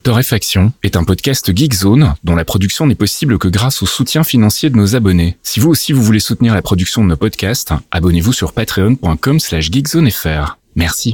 Torréfaction est un podcast Geekzone dont la production n'est possible que grâce au soutien financier de nos abonnés. Si vous aussi vous voulez soutenir la production de nos podcasts, abonnez-vous sur patreon.com/geekzonefr. Merci.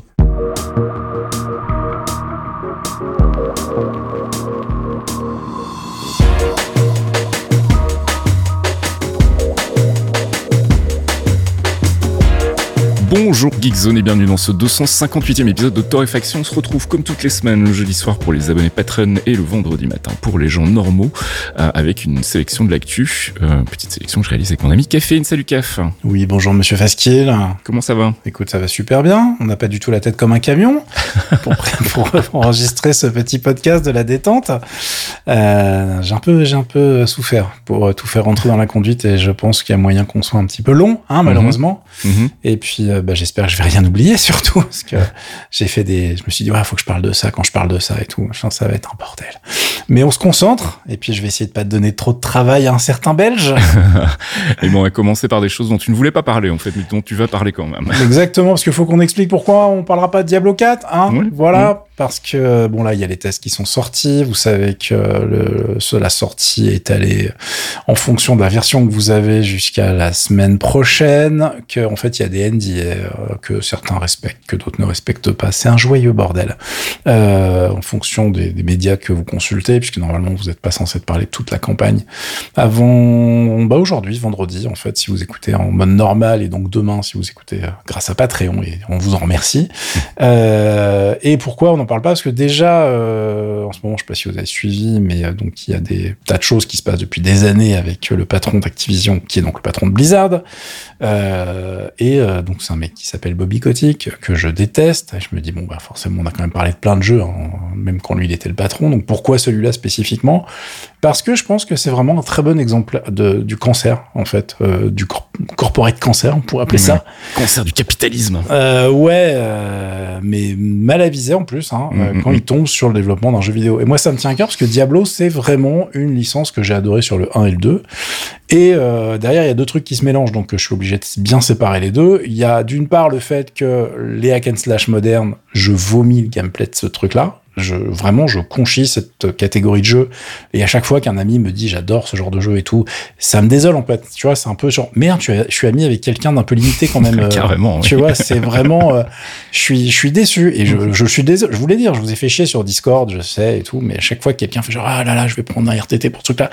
Bonjour Geekzone et bienvenue dans ce 258e épisode de Torréfaction. On se retrouve comme toutes les semaines le jeudi soir pour les abonnés Patreon et le vendredi matin pour les gens normaux avec une sélection de l'actu. Petite sélection que je réalise avec mon ami Caféine. Salut Caf. Oui, bonjour Monsieur Fasquille. Comment ça va ? Écoute, ça va super bien. On n'a pas du tout la tête comme un camion pour enregistrer ce petit podcast de la détente. J'ai un peu souffert pour tout faire rentrer dans la conduite et je pense qu'il y a moyen qu'on soit un petit peu long, malheureusement. Et puis, j'espère que je vais rien oublier, surtout, parce que je me suis dit, faut que je parle de ça quand je parle de ça et tout. Je sens que ça va être un bordel. Mais on se concentre, et puis je vais essayer de pas te donner trop de travail à un certain Belge. Et bon, on va commencer par des choses dont tu ne voulais pas parler, en fait, mais dont tu vas parler quand même. Exactement, parce qu'il faut qu'on explique pourquoi on parlera pas de Diablo 4, Oui. Voilà. Parce que, là, il y a les tests qui sont sortis. Vous savez que la sortie est allée en fonction de la version que vous avez jusqu'à la semaine prochaine. Que, en fait, il y a des NDA que certains respectent, que d'autres ne respectent pas. C'est un joyeux bordel. En fonction des médias que vous consultez, puisque normalement, vous n'êtes pas censé parler de toute la campagne. Aujourd'hui, vendredi, en fait, si vous écoutez en mode normal, et donc demain, si vous écoutez grâce à Patreon, et on vous en remercie. Et pourquoi on en parle pas, parce que déjà en ce moment, je sais pas si vous avez suivi, mais donc il y a des tas de choses qui se passent depuis des années avec le patron d'Activision, qui est donc le patron de Blizzard, donc c'est un mec qui s'appelle Bobby Kotick, que je déteste, et je me dis forcément on a quand même parlé de plein de jeux, même quand lui il était le patron, donc pourquoi celui-là spécifiquement ? Parce que je pense que c'est vraiment un très bon exemple du cancer, en fait, du corporate cancer, on pourrait appeler ça. Cancer du capitalisme. Mais mal avisé en plus, quand il tombe sur le développement d'un jeu vidéo. Et moi, ça me tient à cœur parce que Diablo, c'est vraiment une licence que j'ai adorée sur le 1 et le 2. Et derrière, il y a deux trucs qui se mélangent, donc je suis obligé de bien séparer les deux. Il y a d'une part le fait que les hack and slash modernes, je vomis le gameplay de ce truc-là. Je conchis cette catégorie de jeu, et à chaque fois qu'un ami me dit j'adore ce genre de jeu et tout, ça me désole en fait, tu vois, c'est un peu genre merde, je suis ami avec quelqu'un d'un peu limité quand même. Carrément, tu vois, c'est vraiment je suis déçu, et je suis désolé, je voulais dire, je vous ai fait chier sur Discord, je sais et tout, mais à chaque fois que quelqu'un fait genre ah là là, je vais prendre un RTT pour ce truc là,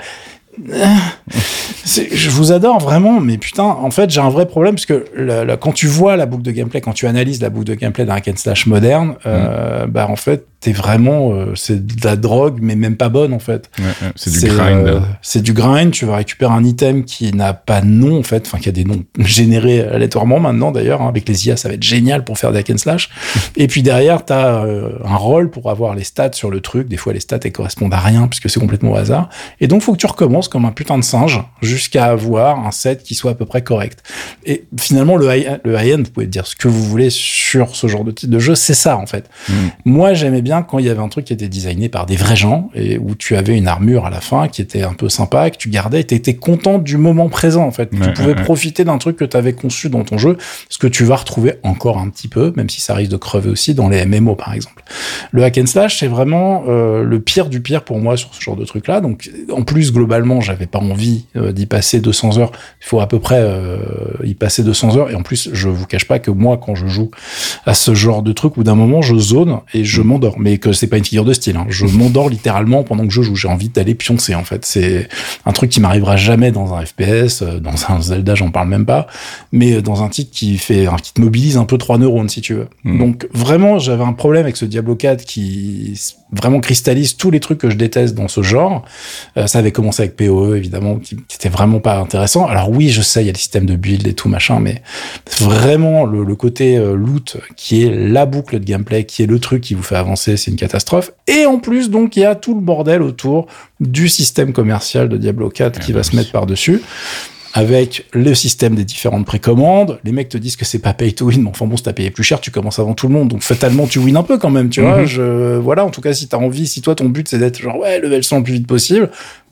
je vous adore vraiment, mais putain, en fait, j'ai un vrai problème parce que quand tu vois la boucle de gameplay, quand tu analyses la boucle de gameplay d'un hack and slash moderne, en fait, t'es vraiment, c'est de la drogue, mais même pas bonne en fait. C'est du grind. C'est du grind. Tu vas récupérer un item qui n'a pas de nom en fait, qui a des noms générés aléatoirement maintenant d'ailleurs. Avec les IA, ça va être génial pour faire des hack and slash. Et puis derrière, t'as un rôle pour avoir les stats sur le truc. Des fois, les stats elles correspondent à rien puisque c'est complètement au hasard. Et donc, faut que tu recommences comme un putain de singe jusqu'à avoir un set qui soit à peu près correct. Et finalement, le high-end, vous pouvez dire ce que vous voulez sur ce genre de type de jeu, c'est ça en fait. Moi, j'aimais bien quand il y avait un truc qui était designé par des vrais gens et où tu avais une armure à la fin qui était un peu sympa, que tu gardais, et t'étais content du moment présent en fait. Tu pouvais profiter d'un truc que t'avais conçu dans ton jeu, ce que tu vas retrouver encore un petit peu, même si ça risque de crever aussi dans les MMO par exemple. Le hack and slash, c'est vraiment le pire du pire pour moi sur ce genre de truc là. Donc en plus, globalement, j'avais pas envie d'y passer 200 heures. Il faut à peu près y passer 200 heures. Et en plus, je vous cache pas que moi, quand je joue à ce genre de truc, ou d'un moment, je zone et je m'endors. Mais que c'est pas une figure de style. Je m'endors littéralement pendant que je joue. J'ai envie d'aller pioncer, en fait. C'est un truc qui m'arrivera jamais dans un FPS, dans un Zelda, j'en parle même pas. Mais dans un titre qui te mobilise un peu 3 neurones, si tu veux. Donc, vraiment, j'avais un problème avec ce Diablo 4 qui vraiment cristallise tous les trucs que je déteste dans ce genre. Ça avait commencé avec PoE, évidemment, qui était vraiment pas intéressant. Alors oui, je sais, il y a le système de build et tout machin, mais vraiment le côté loot, qui est la boucle de gameplay, qui est le truc qui vous fait avancer, c'est une catastrophe. Et en plus, donc, il y a tout le bordel autour du système commercial de Diablo 4 qui va se mettre par-dessus. Avec le système des différentes précommandes, les mecs te disent que c'est pas pay to win, mais enfin bon, si t'as payé plus cher, tu commences avant tout le monde, donc fatalement tu win un peu quand même, tu vois. Voilà, en tout cas, si t'as envie, si toi ton but c'est d'être genre level 100 le plus vite possible,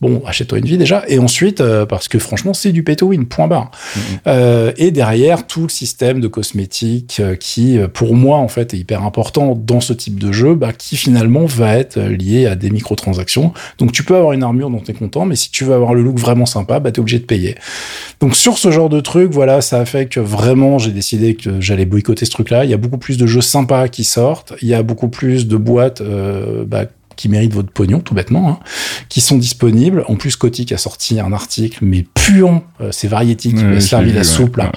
Bon, achète-toi une vie déjà. Et ensuite, parce que franchement, c'est du pay to win, point barre. Et derrière, tout le système de cosmétiques qui, pour moi, en fait, est hyper important dans ce type de jeu, qui finalement va être lié à des microtransactions. Donc, tu peux avoir une armure dont t'es content, mais si tu veux avoir le look vraiment sympa, t'es obligé de payer. Donc, sur ce genre de truc, voilà, ça a fait que vraiment, j'ai décidé que j'allais boycotter ce truc-là. Il y a beaucoup plus de jeux sympas qui sortent. Il y a beaucoup plus de boîtes, qui méritent votre pognon, tout bêtement, qui sont disponibles. En plus, Kotick a sorti un article, mais puant, c'est Variety qui lui a servi la soupe, là.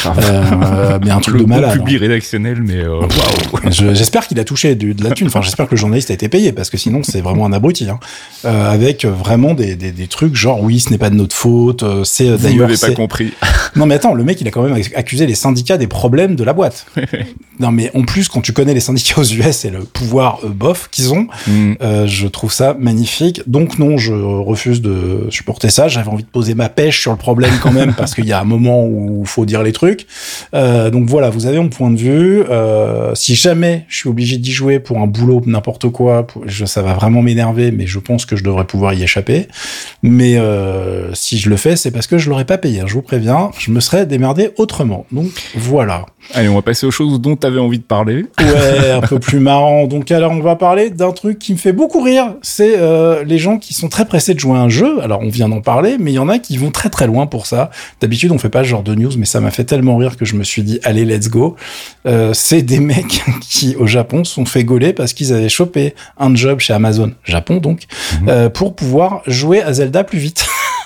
Mais un truc de malade. Le public rédactionnel, mais waouh. J'espère qu'il a touché de la thune. Enfin, j'espère que le journaliste a été payé, parce que sinon, c'est vraiment un abruti. Avec vraiment des trucs genre, oui, ce n'est pas de notre faute. C'est Vous d'ailleurs. n'avez pas compris. Non, mais attends, le mec, il a quand même accusé les syndicats des problèmes de la boîte. Non, mais en plus, quand tu connais les syndicats aux US et le pouvoir bof qu'ils ont, je trouve ça magnifique. Donc non, je refuse de supporter ça. J'avais envie de poser ma pêche sur le problème quand même, parce qu'il y a un moment où il faut dire les trucs. Donc voilà, vous avez mon point de vue. Si jamais je suis obligé d'y jouer pour un boulot, n'importe quoi, ça va vraiment m'énerver, mais je pense que je devrais pouvoir y échapper. Mais si je le fais, c'est parce que je l'aurais pas payé. Je vous préviens, je me serais démerdé autrement. Donc voilà. Allez, on va passer aux choses dont tu avais envie de parler. Ouais, un peu plus marrant. Donc alors, on va parler d'un truc qui me fait beaucoup rire. C'est les gens qui sont très pressés de jouer à un jeu. Alors, on vient d'en parler, mais il y en a qui vont très très loin pour ça. D'habitude, on fait pas ce genre de news, mais ça m'a fait tellement rire que je me suis dit, allez, let's go. C'est des mecs qui, au Japon, se sont fait gauler parce qu'ils avaient chopé un job chez Amazon, Japon donc, pour pouvoir jouer à Zelda plus vite.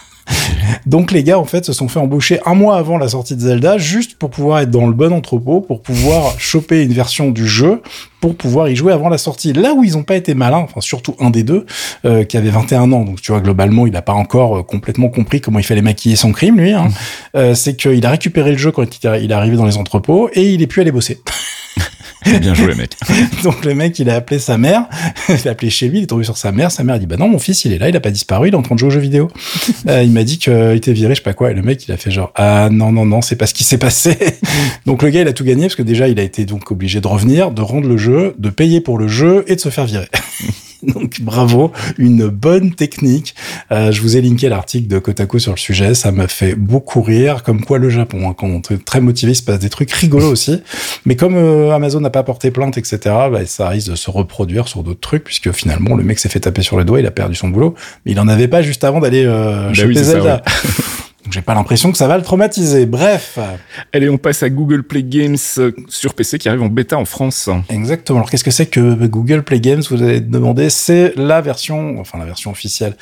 Donc les gars en fait se sont fait embaucher un mois avant la sortie de Zelda juste pour pouvoir être dans le bon entrepôt, pour pouvoir choper une version du jeu, pour pouvoir y jouer avant la sortie. Là où ils ont pas été malins, enfin surtout un des deux qui avait 21 ans, donc tu vois globalement il a pas encore complètement compris comment il fallait maquiller son crime lui, c'est qu'il a récupéré le jeu quand il est arrivé dans les entrepôts et il est plus allé bosser. Bien joué, mec. Donc, le mec, il a appelé sa mère. Il a appelé chez lui, il est tombé sur sa mère. Sa mère a dit, non, mon fils, il est là, il a pas disparu, il est en train de jouer aux jeux vidéo. Il m'a dit qu'il était viré, je sais pas quoi. Et le mec, il a fait genre, non, c'est pas ce qui s'est passé. Donc, le gars, il a tout gagné parce que déjà, il a été donc obligé de revenir, de rendre le jeu, de payer pour le jeu et de se faire virer. Donc bravo, une bonne technique. Je vous ai linké l'article de Kotaku sur le sujet, ça m'a fait beaucoup rire, comme quoi le Japon, quand on est très motivé, il se passe des trucs rigolos aussi. Mais comme Amazon n'a pas porté plainte, etc., ça risque de se reproduire sur d'autres trucs, puisque finalement le mec s'est fait taper sur le doigt, il a perdu son boulot, mais il en avait pas juste avant d'aller choper Zelda. Ça, ouais. Donc j'ai pas l'impression que ça va le traumatiser. Bref. Allez, on passe à Google Play Games sur PC qui arrive en bêta en France. Exactement. Alors qu'est-ce que c'est que Google Play Games, vous allez demander? C'est la version officielle.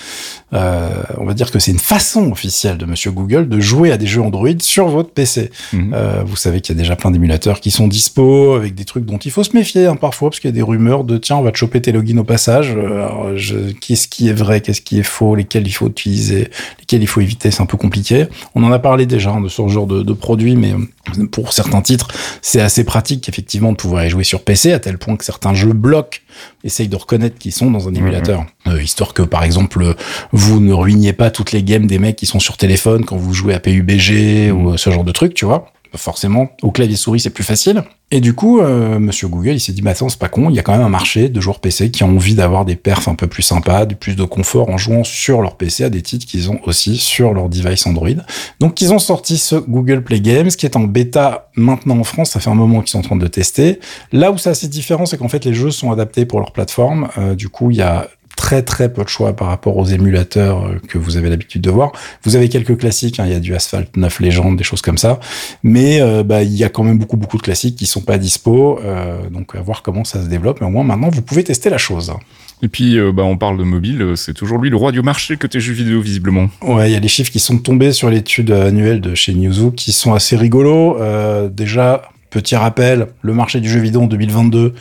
On va dire que c'est une façon officielle de Monsieur Google de jouer à des jeux Android sur votre PC. Vous savez qu'il y a déjà plein d'émulateurs qui sont dispo avec des trucs dont il faut se méfier parfois parce qu'il y a des rumeurs de tiens on va te choper tes logins au passage. Qu'est-ce qui est vrai, qu'est-ce qui est faux, lesquels il faut utiliser, lesquels il faut éviter, c'est un peu compliqué. On en a parlé déjà de ce genre de produit, mais pour certains titres, c'est assez pratique effectivement de pouvoir y jouer sur PC, à tel point que certains jeux bloquent, essayent de reconnaître qu'ils sont dans un émulateur, histoire que par exemple vous ne ruiniez pas toutes les games des mecs qui sont sur téléphone quand vous jouez à PUBG ou ce genre de truc, tu vois. Forcément, au clavier souris, c'est plus facile. Et du coup, Monsieur Google, il s'est dit, attends, c'est pas con, il y a quand même un marché de joueurs PC qui ont envie d'avoir des perfs un peu plus sympas, du plus de confort en jouant sur leur PC à des titres qu'ils ont aussi sur leur device Android. Donc, ils ont sorti ce Google Play Games qui est en bêta maintenant en France. Ça fait un moment qu'ils sont en train de le tester. Là où c'est assez différent, c'est qu'en fait, les jeux sont adaptés pour leur plateforme. Du coup, il y a très très peu de choix par rapport aux émulateurs que vous avez l'habitude de voir. Vous avez quelques classiques, il y a du Asphalt 9 Legend, des choses comme ça, mais il y a quand même beaucoup de classiques qui sont pas dispo, donc à voir comment ça se développe, mais au moins maintenant vous pouvez tester la chose. Et puis, on parle de mobile, c'est toujours lui le roi du marché côté jeux vidéo, visiblement. Ouais, il y a les chiffres qui sont tombés sur l'étude annuelle de chez Newzoo qui sont assez rigolos. Déjà, petit rappel, le marché du jeu vidéo en 2022,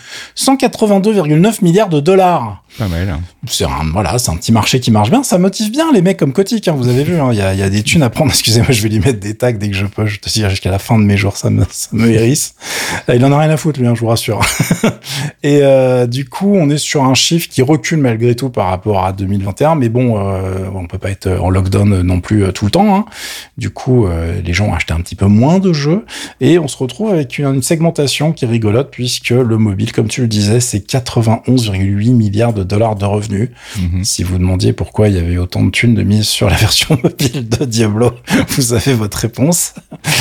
182,9 milliards de dollars. Pas mal. C'est un petit marché qui marche bien. Ça motive bien les mecs comme Kotick, vous avez vu. Il y a des thunes à prendre. Excusez-moi, je vais lui mettre des tags dès que je peux. Je te dis jusqu'à la fin de mes jours, ça me hérisse. Il en a rien à foutre, lui, je vous rassure. Et du coup, on est sur un chiffre qui recule malgré tout par rapport à 2021. Mais bon, on peut pas être en lockdown non plus tout le temps. Du coup, les gens ont acheté un petit peu moins de jeux et on se retrouve avec une segmentation qui est rigolote puisque le mobile, comme tu le disais, c'est 91,8 milliards de dollars de revenus. Si vous demandiez pourquoi il y avait autant de thunes de mise sur la version mobile de Diablo, vous avez votre réponse.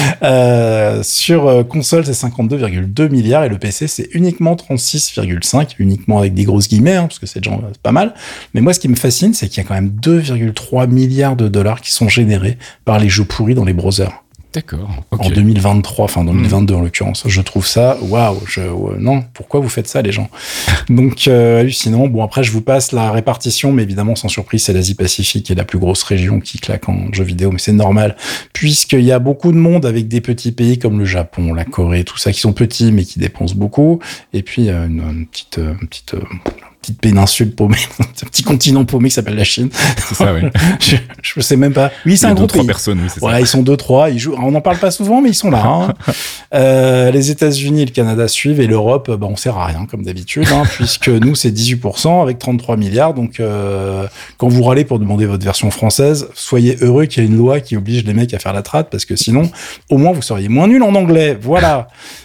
Sur console, c'est 52,2 milliards et le PC, c'est uniquement 36,5, uniquement avec des grosses guillemets, hein, parce que c'est déjà pas mal. Mais moi, ce qui me fascine, c'est qu'il y a quand même 2,3 milliards de dollars qui sont générés par les jeux pourris dans les browsers. D'accord. Okay. En 2023, enfin 2022 en l'occurrence. Je trouve ça, waouh. Non, pourquoi vous faites ça, les gens? Donc, hallucinant. Bon, après, je vous passe la répartition, mais évidemment, sans surprise, c'est l'Asie-Pacifique qui est la plus grosse région qui claque en jeux vidéo, mais c'est normal, puisqu'il y a beaucoup de monde avec des petits pays comme le Japon, la Corée, tout ça, qui sont petits, mais qui dépensent beaucoup. Et puis, une petite péninsule paumée, un petit continent paumé qui s'appelle la Chine. C'est ça, oui. je sais même pas. Oui, c'est un gros pays. 2-3 personnes, oui, c'est ouais, ça. Ils sont 2-3, ils jouent. On n'en parle pas souvent, mais ils sont là. Les États-Unis et le Canada suivent, et l'Europe, on sert à rien, comme d'habitude, puisque nous, c'est 18% avec 33 milliards. Donc, quand vous râlez pour demander votre version française, soyez heureux qu'il y ait une loi qui oblige les mecs à faire la trad, parce que sinon, au moins, vous seriez moins nuls en anglais. Voilà.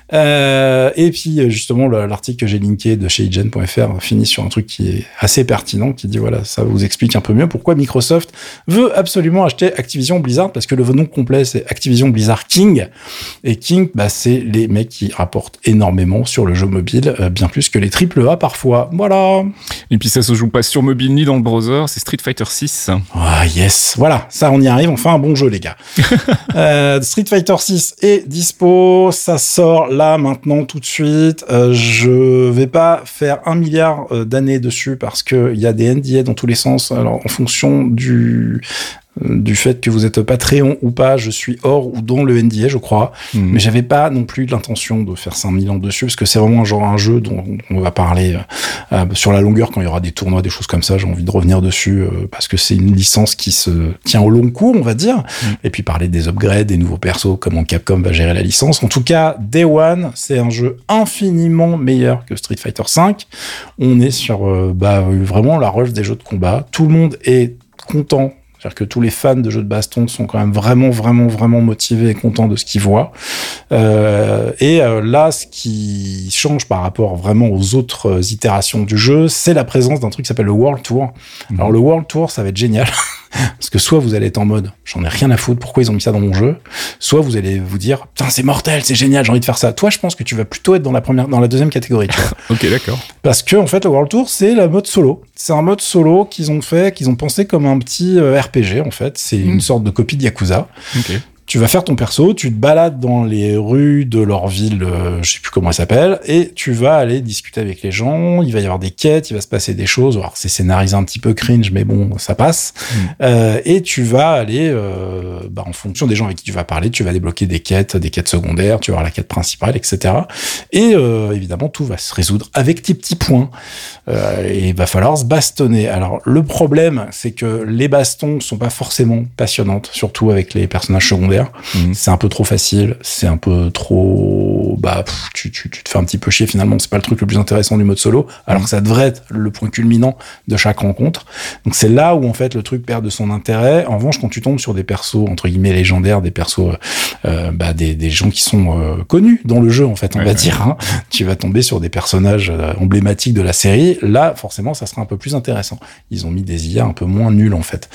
Et puis, justement, l'article que j'ai linké de chez IGN.fr finit sur un truc qui est assez pertinent, qui dit, voilà, ça vous explique un peu mieux pourquoi Microsoft veut absolument acheter Activision Blizzard, parce que le nom complet, c'est Activision Blizzard King. Et King, c'est les mecs qui rapportent énormément sur le jeu mobile, bien plus que les AAA parfois. Voilà. Et puis, ça se joue pas sur mobile ni dans le browser, c'est Street Fighter 6. Ah, yes. Voilà. Ça, on y arrive. Enfin, un bon jeu, les gars. Street Fighter 6 est dispo. Ça sort là, maintenant, tout de suite. Je vais pas faire 1 milliard d'années dessus parce que il y a des NDA dans tous les sens. Alors, en fonction du fait que vous êtes Patreon ou pas, je suis hors ou dans le NDA, je crois. Mais j'avais pas non plus l'intention de faire 5000 ans dessus, parce que c'est vraiment un jeu dont on va parler sur la longueur quand il y aura des tournois, des choses comme ça. J'ai envie de revenir dessus parce que c'est une licence qui se tient au long cours, on va dire. Et puis parler des upgrades, des nouveaux persos, comment Capcom va gérer la licence. En tout cas, Day One, c'est un jeu infiniment meilleur que Street Fighter V. On est sur vraiment la rush des jeux de combat. Tout le monde est content. C'est-à-dire que tous les fans de jeux de baston sont quand même vraiment motivés et contents de ce qu'ils voient. Là, ce qui change par rapport vraiment aux autres itérations du jeu, c'est la présence d'un truc qui s'appelle le World Tour. Alors, le World Tour, ça va être génial. Parce que soit vous allez être en mode, j'en ai rien à foutre, pourquoi ils ont mis ça dans mon jeu? Soit vous allez vous dire, putain, c'est mortel, c'est génial, j'ai envie de faire ça. Toi, je pense que tu vas plutôt être dans la deuxième catégorie, tu vois. Ok, d'accord. Parce que, en fait, le World Tour, c'est la mode solo. C'est un mode solo qu'ils ont pensé comme un petit RPG, en fait. C'est une sorte de copie de Yakuza. Ok. Tu vas faire ton perso, tu te balades dans les rues de leur ville, je sais plus comment elle s'appelle, et tu vas aller discuter avec les gens, il va y avoir des quêtes, il va se passer des choses, alors c'est scénarisé un petit peu cringe, mais bon, ça passe, et tu vas aller, en fonction des gens avec qui tu vas parler, tu vas débloquer des quêtes secondaires, tu vas avoir la quête principale, etc. Et évidemment, tout va se résoudre avec tes petits points, et il va falloir se bastonner. Alors, le problème, c'est que les bastons sont pas forcément passionnantes, surtout avec les personnages secondaires. C'est un peu trop facile, c'est un peu trop tu te fais un petit peu chier, finalement c'est pas le truc le plus intéressant du mode solo, alors que ça devrait être le point culminant de chaque rencontre. Donc c'est là où en fait le truc perd de son intérêt. En revanche, quand tu tombes sur des persos entre guillemets légendaires, des persos des gens qui sont connus dans le jeu en fait, on va dire, tu vas tomber sur des personnages emblématiques de la série. Là forcément ça sera un peu plus intéressant. Ils ont mis des IA un peu moins nuls en fait.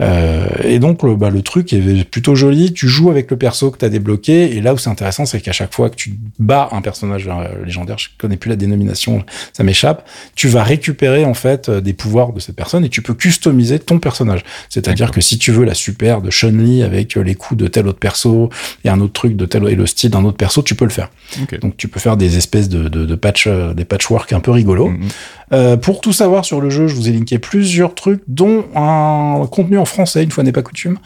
Et donc le truc est plutôt joli. Tu joues avec le perso que tu as débloqué, et là où c'est intéressant, c'est qu'à chaque fois que tu bats un personnage légendaire, je connais plus la dénomination, ça m'échappe, tu vas récupérer en fait des pouvoirs de cette personne et tu peux customiser ton personnage. C'est-à-dire que si tu veux la super de Chun-Li avec les coups de tel autre perso et un autre truc de tel et le style d'un autre perso, tu peux le faire. Okay. Donc tu peux faire des espèces de patch, des patchwork un peu rigolos. Pour tout savoir sur le jeu, je vous ai linké plusieurs trucs, dont un contenu en français, une fois n'est pas coutume,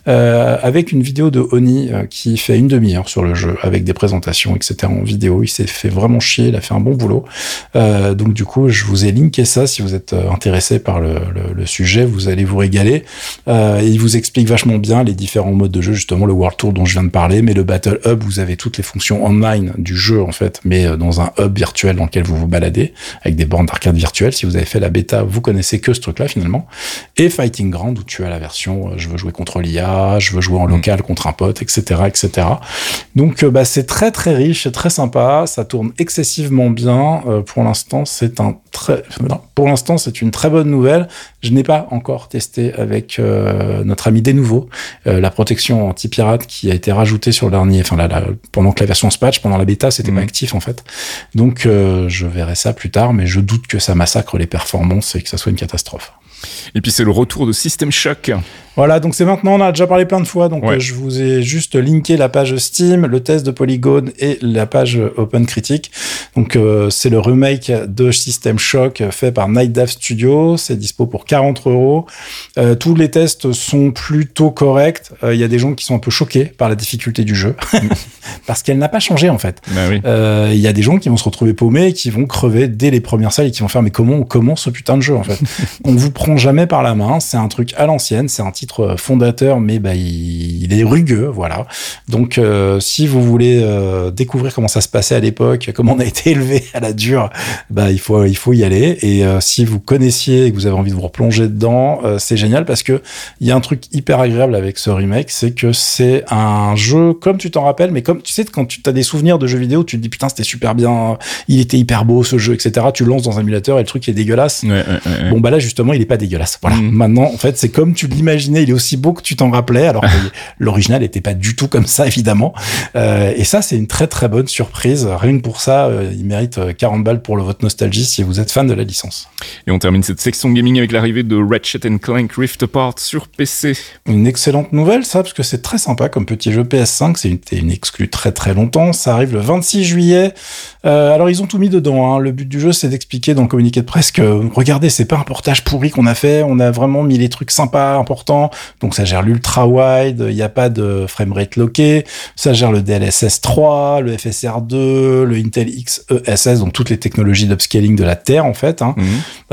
avec une vidéo de Oni qui fait une demi-heure sur le jeu, avec des présentations, etc. en vidéo. Il s'est fait vraiment chier, il a fait un bon boulot. Donc du coup, je vous ai linké ça. Si vous êtes intéressé par le sujet, vous allez vous régaler. Et il vous explique vachement bien les différents modes de jeu, justement le World Tour dont je viens de parler, mais le Battle Hub, vous avez toutes les fonctions online du jeu, en fait, mais dans un hub virtuel dans lequel vous vous baladez, avec des bornes d'arcade arcade virtuelle. Si vous avez fait la bêta, vous connaissez que ce truc-là finalement. Et Fighting Ground où tu as la version je veux jouer contre l'IA, je veux jouer en local contre un pote, etc., etc. Donc c'est très très riche, c'est très sympa, ça tourne excessivement bien. Pour l'instant, c'est une très bonne nouvelle. Je n'ai pas encore testé avec notre ami Denouveau la protection anti-pirate qui a été rajoutée sur le dernier, pendant que la version se patch, pendant la bêta, c'était pas actif en fait. Donc je verrai ça plus tard, mais je doute que ça massacre les performances et que ça soit une catastrophe. Et puis c'est le retour de System Shock. Voilà, donc c'est maintenant, on a déjà parlé plein de fois, donc je vous ai juste linké la page Steam, le test de Polygon et la page Open Critic. Donc c'est le remake de System Shock fait par Night Dive Studio, c'est dispo pour 40€. Tous les tests sont plutôt corrects. Il y a des gens qui sont un peu choqués par la difficulté du jeu, parce qu'elle n'a pas changé en fait. Bah oui. Il y a des gens qui vont se retrouver paumés et qui vont crever dès les premières salles et qui vont faire mais comment ce putain de jeu en fait. On vous prend jamais par la main, c'est un truc à l'ancienne, c'est un titre fondateur, mais il est rugueux, voilà. Donc, si vous voulez découvrir comment ça se passait à l'époque, comment on a été élevé à la dure, il faut y aller. Et si vous connaissiez et que vous avez envie de vous replonger dedans, c'est génial parce que il y a un truc hyper agréable avec ce remake, c'est que c'est un jeu comme tu t'en rappelles, mais comme tu sais quand tu as des souvenirs de jeux vidéo, tu te dis putain c'était super bien, il était hyper beau ce jeu, etc. Tu le lances dans un émulateur et le truc est dégueulasse. Ouais. Bon là justement il est pas dégueulasse. Voilà. Maintenant en fait c'est comme tu l'imaginais. Il est aussi beau que tu t'en rappelais, alors que l'original n'était pas du tout comme ça, évidemment. Et ça, c'est une très très bonne surprise. Rien que pour ça, il mérite 40 balles pour votre nostalgie si vous êtes fan de la licence. Et on termine cette section gaming avec l'arrivée de Ratchet & Clank Rift Apart sur PC. Une excellente nouvelle, ça, parce que c'est très sympa comme petit jeu PS5. C'est une exclue très très longtemps. Ça arrive le 26 juillet. Alors, ils ont tout mis dedans. Hein. Le but du jeu, c'est d'expliquer dans le communiqué de presse que, regardez, c'est pas un portage pourri qu'on a fait. On a vraiment mis les trucs sympas, importants. Donc ça gère l'ultra wide, il n'y a pas de framerate locké, ça gère le DLSS 3, le FSR2, le Intel XeSS, donc toutes les technologies d'upscaling de la Terre en fait. Hein.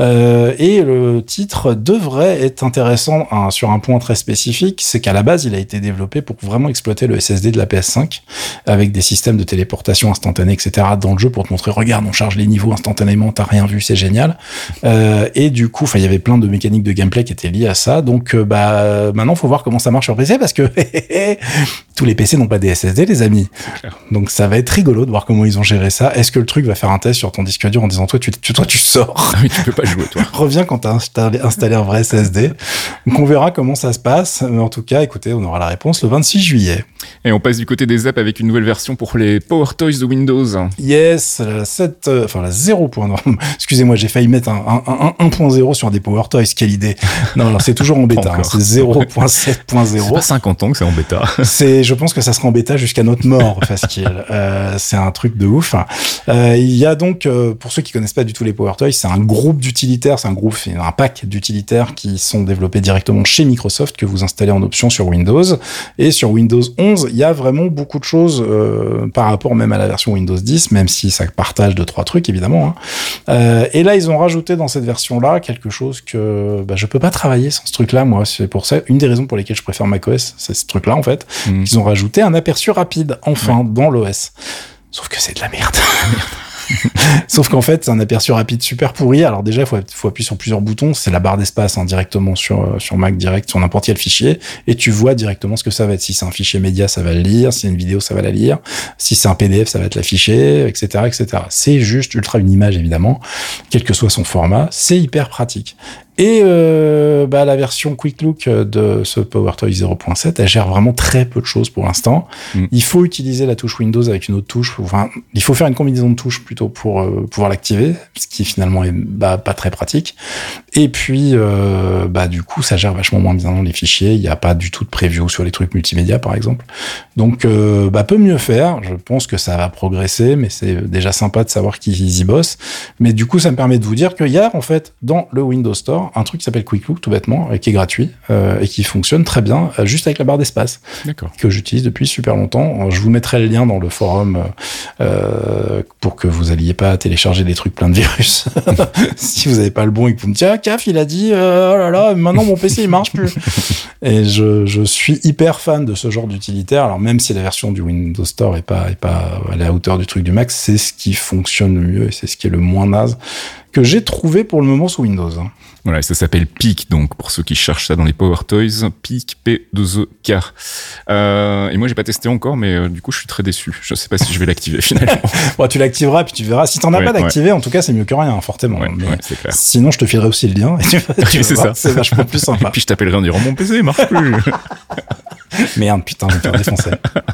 Et le titre devrait être intéressant sur un point très spécifique, c'est qu'à la base il a été développé pour vraiment exploiter le SSD de la PS5 avec des systèmes de téléportation instantanée, etc. dans le jeu pour te montrer, regarde, on charge les niveaux instantanément, t'as rien vu, c'est génial. Et du coup, il y avait plein de mécaniques de gameplay qui étaient liées à ça, donc maintenant, faut voir comment ça marche sur PC parce que tous les PC n'ont pas des SSD, les amis. Donc, ça va être rigolo de voir comment ils ont géré ça. Est-ce que le truc va faire un test sur ton disque dur en disant, toi, tu sors. Oui, tu peux pas jouer, toi. Reviens quand t'as installé un vrai SSD. Donc, on verra comment ça se passe. Mais en tout cas, écoutez, on aura la réponse le 26 juillet. Et on passe du côté des apps avec une nouvelle version pour les Power Toys de Windows. Yes, la 0.0. Excusez-moi, j'ai failli mettre un 1.0 sur des Power Toys. Quelle idée. Non, alors c'est toujours en bêta. Hein, c'est 0.7.0. C'est pas 50 ans que c'est en bêta. Je pense que ça sera en bêta jusqu'à notre mort, Fasquille. C'est un truc de ouf. Il y a donc, pour ceux qui connaissent pas du tout les Power Toys, c'est un groupe d'utilitaires, c'est un pack d'utilitaires qui sont développés directement chez Microsoft que vous installez en option sur Windows. Et sur Windows 11, il y a vraiment beaucoup de choses par rapport même à la version Windows 10, même si ça partage 2-3 trucs, évidemment. Hein. Et là, ils ont rajouté dans cette version-là quelque chose que je peux pas travailler sans ce truc-là, moi. C'est pour ça, une des raisons pour lesquelles je préfère macOS, c'est ce truc-là, en fait. Ils ont rajouté un aperçu rapide, enfin, dans l'OS. Sauf que c'est de la merde. Sauf qu'en fait, c'est un aperçu rapide super pourri. Alors déjà, il faut appuyer sur plusieurs boutons. C'est la barre d'espace directement sur Mac direct, sur n'importe quel fichier. Et tu vois directement ce que ça va être. Si c'est un fichier média, ça va le lire. Si c'est une vidéo, ça va la lire. Si c'est un PDF, ça va te l'afficher, etc., etc. C'est juste ultra une image, évidemment. Quel que soit son format. C'est hyper pratique. Et la version Quick Look de ce PowerToy 0.7, elle gère vraiment très peu de choses pour l'instant. Il faut utiliser la touche Windows avec une autre touche. Enfin, il faut faire une combinaison de touches plutôt pour pouvoir l'activer, ce qui finalement est pas très pratique. Et puis, du coup, ça gère vachement moins bien les fichiers. Il n'y a pas du tout de preview sur les trucs multimédia, par exemple. Donc, peut mieux faire. Je pense que ça va progresser, mais c'est déjà sympa de savoir qu'ils y bossent. Mais du coup, ça me permet de vous dire qu'il y a, en fait, dans le Windows Store, un truc qui s'appelle Quick Look, tout bêtement, qui est gratuit, et qui fonctionne très bien, juste avec la barre d'espace. D'accord. Que j'utilise depuis super longtemps. Je vous mettrai le lien dans le forum, pour que vous alliez pas télécharger des trucs pleins de virus. Si vous avez pas le bon et que vous me dites, ah, CAF, il a dit, oh là là, maintenant mon PC, il marche plus. Et je suis hyper fan de ce genre d'utilitaire. Alors, même si la version du Windows Store est pas à la hauteur du truc du Mac, c'est ce qui fonctionne le mieux et c'est ce qui est le moins naze. que j'ai trouvé pour le moment sous Windows. Voilà, ça s'appelle Peak, donc pour ceux qui cherchent ça dans les Power Toys, Peak P2EK. Et moi j'ai pas testé encore, mais du coup je suis très déçu. Je sais pas si je vais l'activer finalement. Bon, tu l'activeras puis tu verras. Si t'en as pas d'activé, en tout cas c'est mieux que rien, fortement. Mais c'est clair. Sinon je te filerai aussi le lien et tu vas voir, c'est vachement plus sympa. Et puis je t'appellerai en disant mon PC il marche plus. Merde, putain, je vais me faire défoncer.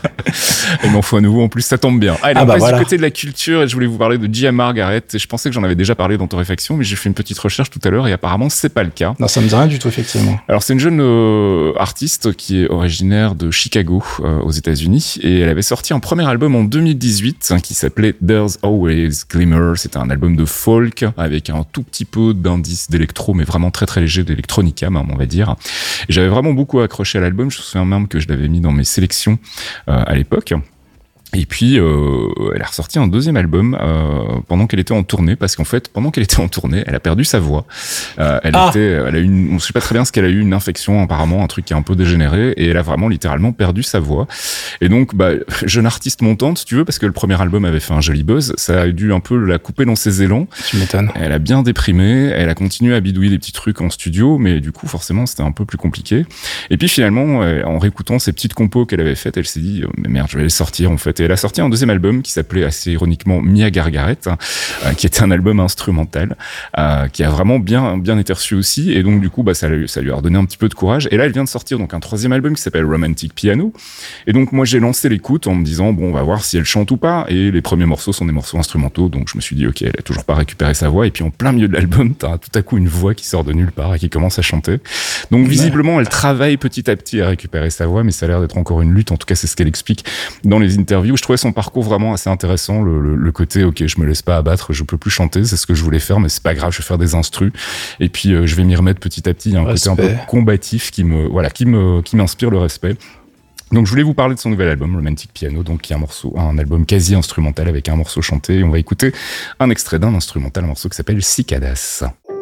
Il m'en faut à nouveau, en plus ça tombe bien. Allez, on passe voilà. du côté de la culture et je voulais vous parler de J.M. Margaret. Et je pensais que j'en avais déjà parlé dans Torréfaction, mais j'ai fait une petite recherche tout à l'heure et apparemment c'est pas le cas. Non, ça me dit rien du tout, effectivement. Alors c'est une jeune artiste qui est originaire de Chicago aux États-Unis et elle avait sorti un premier album en 2018 qui s'appelait There's Always Glimmer. C'était un album de folk avec un tout petit peu d'indices d'électro, mais vraiment très très léger, d'électronica, on va dire. Et j'avais vraiment beaucoup accroché à l'album. Je me souviens même que je l'avais mis dans mes sélections à l'époque. Et puis, elle a ressorti un deuxième album pendant qu'elle était en tournée, parce qu'en fait, pendant qu'elle était en tournée, elle a perdu sa voix. Elle a eu on sait pas très bien ce qu'elle a eu, une infection apparemment, un truc qui a un peu dégénéré, et elle a vraiment littéralement perdu sa voix. Et donc, jeune artiste montante, si tu veux, parce que le premier album avait fait un joli buzz, ça a dû un peu la couper dans ses élans. Tu m'étonnes. Elle a bien déprimé, elle a continué à bidouiller des petits trucs en studio, mais du coup, forcément, c'était un peu plus compliqué. Et puis finalement, en réécoutant ces petites compos qu'elle avait faites, elle s'est dit, mais merde, je vais les sortir en fait. Et elle a sorti un deuxième album qui s'appelait assez ironiquement Mia Gargaret, qui était un album instrumental, qui a vraiment bien été reçu aussi. Et donc du coup, ça lui a redonné un petit peu de courage. Et là, elle vient de sortir donc un troisième album qui s'appelle Romantic Piano. Et donc moi, j'ai lancé l'écoute en me disant bon, on va voir si elle chante ou pas. Et les premiers morceaux sont des morceaux instrumentaux. Donc je me suis dit ok, elle a toujours pas récupéré sa voix. Et puis en plein milieu de l'album, t'as tout à coup une voix qui sort de nulle part et qui commence à chanter. Donc visiblement, elle travaille petit à petit à récupérer sa voix, mais ça a l'air d'être encore une lutte. En tout cas, c'est ce qu'elle explique dans les interviews. Je trouvais son parcours vraiment assez intéressant, le côté ok, je me laisse pas abattre, je peux plus chanter, c'est ce que je voulais faire, mais c'est pas grave, je vais faire des instrus et puis je vais m'y remettre petit à petit. Il y a un côté un peu combatif qui m'inspire le respect. Donc je voulais vous parler de son nouvel album Romantic Piano, donc qui est un album quasi instrumental avec un morceau chanté. Et on va écouter un extrait d'un instrumental, un morceau qui s'appelle Cicadas.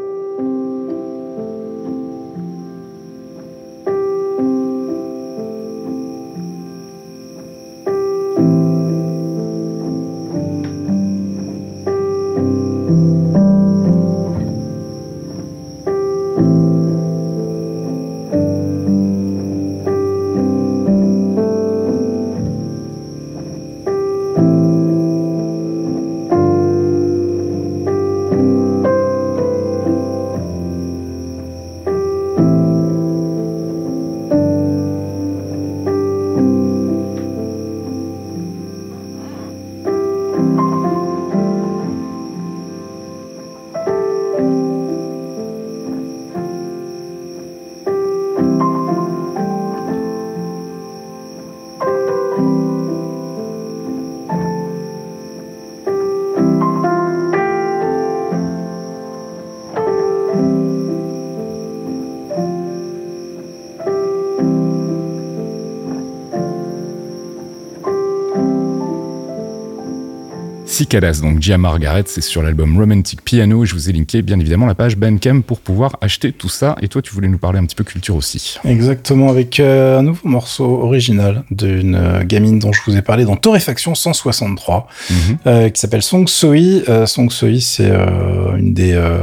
Cicadas, donc J.M. Margaret, c'est sur l'album Romantic Piano. Je vous ai linké bien évidemment la page Bandcamp pour pouvoir acheter tout ça. Et toi, tu voulais nous parler un petit peu culture aussi. Exactement, avec un nouveau morceau original d'une gamine dont je vous ai parlé dans Torréfaction 163, qui s'appelle Song Sohee. Song Sohee, c'est une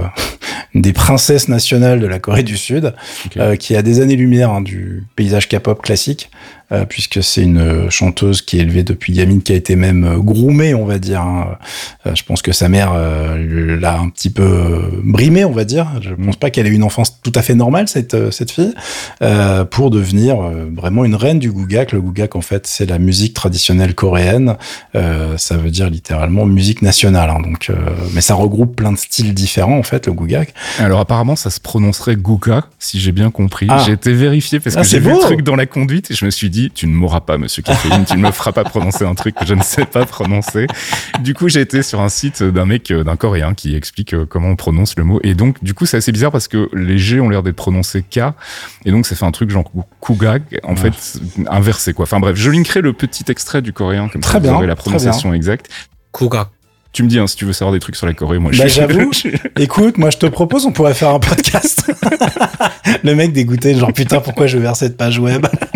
des princesses nationales de la Corée du Sud, qui a des années-lumière du paysage K-pop classique. Puisque c'est une chanteuse qui est élevée depuis gamine, qui a été même groomée, on va dire. Je pense que sa mère l'a un petit peu brimée, on va dire. Je pense pas qu'elle ait eu une enfance tout à fait normale, cette fille, pour devenir vraiment une reine du gugak. Le gugak, en fait, c'est la musique traditionnelle coréenne. Ça veut dire littéralement musique nationale. Donc, mais ça regroupe plein de styles différents, en fait, le gugak. Alors apparemment, ça se prononcerait gugak, si j'ai bien compris. J'ai été vérifié parce que j'ai vu le truc dans la conduite et je me suis dit, tu ne m'auras pas, monsieur Caféine, tu ne me feras pas prononcer un truc que je ne sais pas prononcer. Du coup, j'ai été sur un site d'un Coréen qui explique comment on prononce le mot. Et donc, du coup, c'est assez bizarre parce que les G ont l'air d'être prononcés K. Et donc, ça fait un truc genre Kugak, en fait, inversé, quoi. Enfin bref, je linkerai le petit extrait du coréen, comme ça vous aurez la prononciation exacte. Kugak. Tu me dis, si tu veux savoir des trucs sur la Corée, moi j'avoue. Écoute, moi je te propose, on pourrait faire un podcast. Le mec dégoûté, genre putain, pourquoi je vais vers cette page web?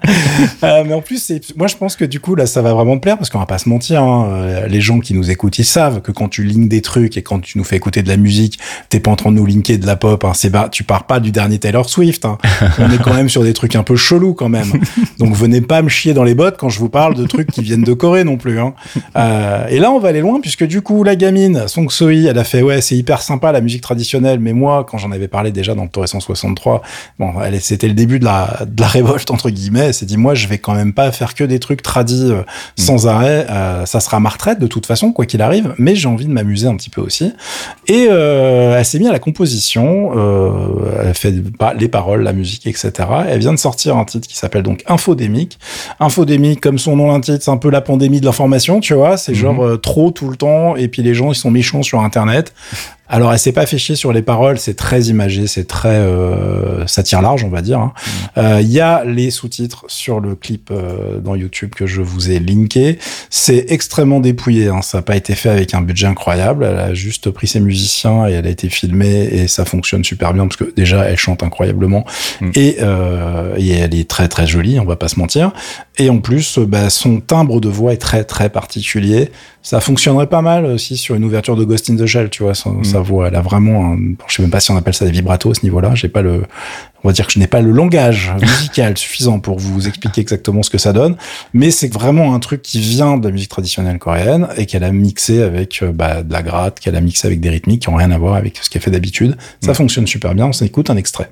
Mais en plus, moi, je pense que du coup, là, ça va vraiment te plaire parce qu'on va pas se mentir. Hein, les gens qui nous écoutent, ils savent que quand tu links des trucs et quand tu nous fais écouter de la musique, t'es pas en train de nous linker de la pop. Hein, tu pars pas du dernier Taylor Swift. Hein. On est quand même sur des trucs un peu chelous quand même. Donc, venez pas me chier dans les bottes quand je vous parle de trucs qui viennent de Corée non plus. Hein. Et là, on va aller loin puisque du coup, la gamine, Song So-hee, elle a fait ouais, c'est hyper sympa la musique traditionnelle. Mais moi, quand j'en avais parlé déjà dans le Torre 163, bon, c'était le début de la révolte entre guillemets. Elle s'est dit moi, je vais quand même pas faire que des trucs tradis sans arrêt. Ça sera ma retraite de toute façon, quoi qu'il arrive. Mais j'ai envie de m'amuser un petit peu aussi. Et elle s'est mise à la composition. Elle fait les paroles, la musique, etc. Elle vient de sortir un titre qui s'appelle donc Infodémique. Infodémique, comme son nom l'indique, c'est un peu la pandémie de l'information, tu vois. C'est genre trop tout le temps. Et puis les gens, ils sont méchants sur Internet. Alors, elle s'est pas fait chier sur les paroles, c'est très imagé, c'est très ça tire large, on va dire. Hein. Y a les sous-titres sur le clip dans YouTube que je vous ai linké. C'est extrêmement dépouillé, hein. Ça n'a pas été fait avec un budget incroyable. Elle a juste pris ses musiciens et elle a été filmée et ça fonctionne super bien parce que déjà elle chante incroyablement et elle est très très jolie, on va pas se mentir. Et en plus, son timbre de voix est très très particulier. Ça fonctionnerait pas mal aussi sur une ouverture de Ghost in the Shell, tu vois. Sa voix, elle a vraiment je sais même pas si on appelle ça des vibratos à ce niveau-là. On va dire que je n'ai pas le langage musical suffisant pour vous expliquer exactement ce que ça donne. Mais c'est vraiment un truc qui vient de la musique traditionnelle coréenne et qu'elle a mixé avec, de la gratte, qu'elle a mixé avec des rythmiques qui ont rien à voir avec ce qu'elle fait d'habitude. Ça fonctionne super bien. On s'écoute un extrait.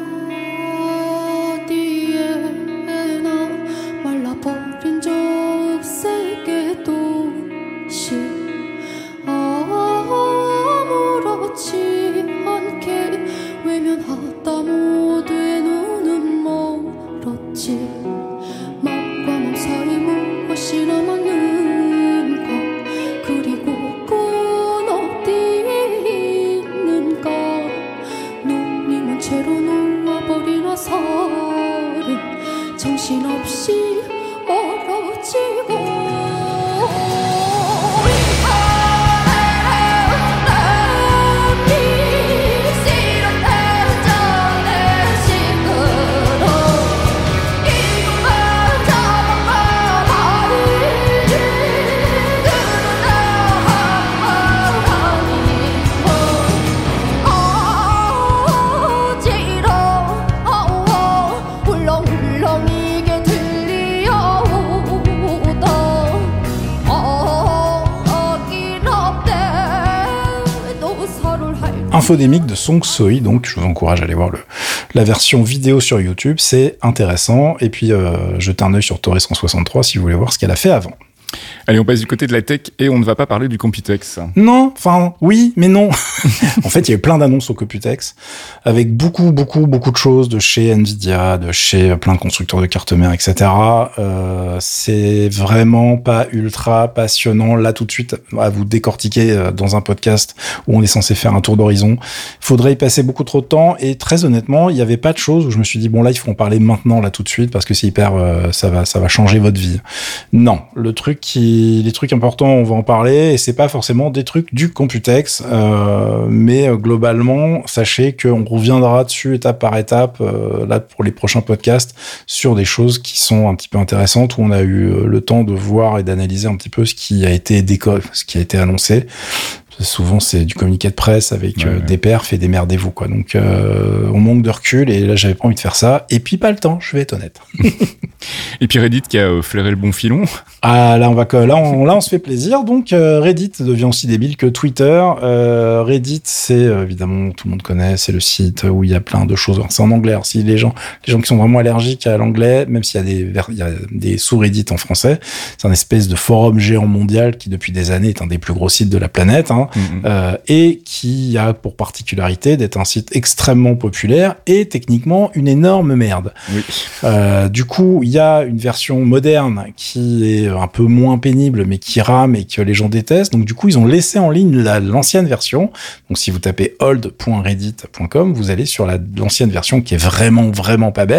Infodémique de Song So-hee, donc je vous encourage à aller voir la version vidéo sur YouTube, c'est intéressant. Et puis jetez un œil sur Torre 163 si vous voulez voir ce qu'elle a fait avant. Allez, on passe du côté de la tech et on ne va pas parler du Computex. Non, enfin, oui, mais non. En fait, il y a eu plein d'annonces au Computex avec beaucoup de choses de chez Nvidia, de chez plein de constructeurs de cartes mères, etc. C'est vraiment pas ultra passionnant là tout de suite à vous décortiquer dans un podcast où on est censé faire un tour d'horizon. Faudrait y passer beaucoup trop de temps et très honnêtement, il n'y avait pas de choses où je me suis dit bon là, il faut en parler maintenant là tout de suite parce que c'est hyper, ça va changer votre vie. Non, les trucs importants, on va en parler, et c'est pas forcément des trucs du Computex, mais globalement, sachez qu'on reviendra dessus étape par étape, là pour les prochains podcasts, sur des choses qui sont un petit peu intéressantes, où on a eu le temps de voir et d'analyser un petit peu ce qui a été annoncé. Souvent, c'est du communiqué de presse avec des perfs et démerdez-vous, quoi. Donc, on manque de recul et là, j'avais pas envie de faire ça. Et puis, pas le temps, je vais être honnête. Et puis Reddit qui a flairé le bon filon. Ah, là, on se fait plaisir. Donc, Reddit devient aussi débile que Twitter. Reddit, c'est évidemment, tout le monde connaît, c'est le site où il y a plein de choses. Alors, c'est en anglais. Alors, si les gens qui sont vraiment allergiques à l'anglais, même s'il y a des sous-Reddit en français, c'est un espèce de forum géant mondial qui, depuis des années, est un des plus gros sites de la planète, hein. Et qui a pour particularité d'être un site extrêmement populaire et techniquement une énorme merde. Oui. Du coup, il y a une version moderne qui est un peu moins pénible, mais qui rame et que les gens détestent. Donc, du coup, ils ont laissé en ligne l'ancienne version. Donc, si vous tapez old.reddit.com, vous allez sur l'ancienne version qui est vraiment, vraiment pas belle,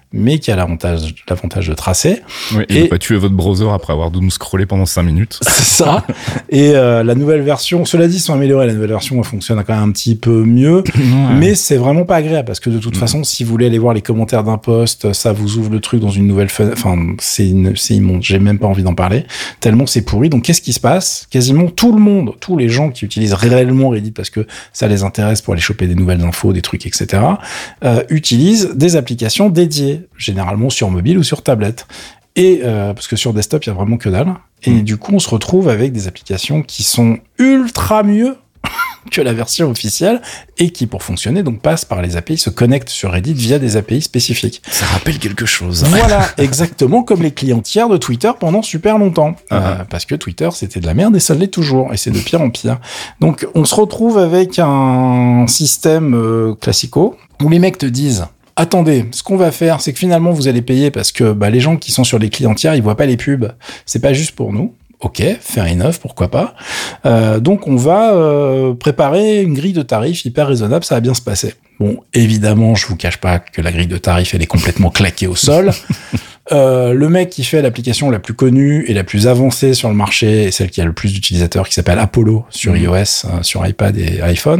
mais qui a l'avantage de tracer. Oui, et de pas tuer votre browser après avoir doom scrollé pendant 5 minutes. C'est ça. Et la nouvelle version, cela dit, ils sont améliorés. La nouvelle version fonctionne quand même un petit peu mieux, mais c'est vraiment pas agréable parce que de toute façon, si vous voulez aller voir les commentaires d'un post, ça vous ouvre le truc dans une nouvelle fenêtre. Enfin, c'est immonde. J'ai même pas envie d'en parler tellement c'est pourri. Donc, qu'est-ce qui se passe? Quasiment tout le monde, tous les gens qui utilisent réellement Reddit parce que ça les intéresse pour aller choper des nouvelles infos, des trucs, etc., utilisent des applications dédiées, généralement sur mobile ou sur tablette. Et parce que sur desktop, il y a vraiment que dalle. Et du coup, on se retrouve avec des applications qui sont ultra mieux que la version officielle et qui, pour fonctionner, donc passent par les API, se connectent sur Reddit via des API spécifiques. Ça rappelle quelque chose. Voilà, exactement comme les clients tiers de Twitter pendant super longtemps. Parce que Twitter, c'était de la merde et ça l'est toujours. Et c'est de pire en pire. Donc, on se retrouve avec un système classico où les mecs te disent « Attendez, ce qu'on va faire, c'est que finalement, vous allez payer parce que les gens qui sont sur les clients tiers, ils voient pas les pubs. C'est pas juste pour nous. » Ok, fair enough, pourquoi pas. Donc on va préparer une grille de tarifs hyper raisonnable, ça va bien se passer. Bon, évidemment, je vous cache pas que la grille de tarifs, elle est complètement claquée au sol. Le mec qui fait l'application la plus connue et la plus avancée sur le marché et celle qui a le plus d'utilisateurs, qui s'appelle Apollo sur iOS, sur iPad et iPhone.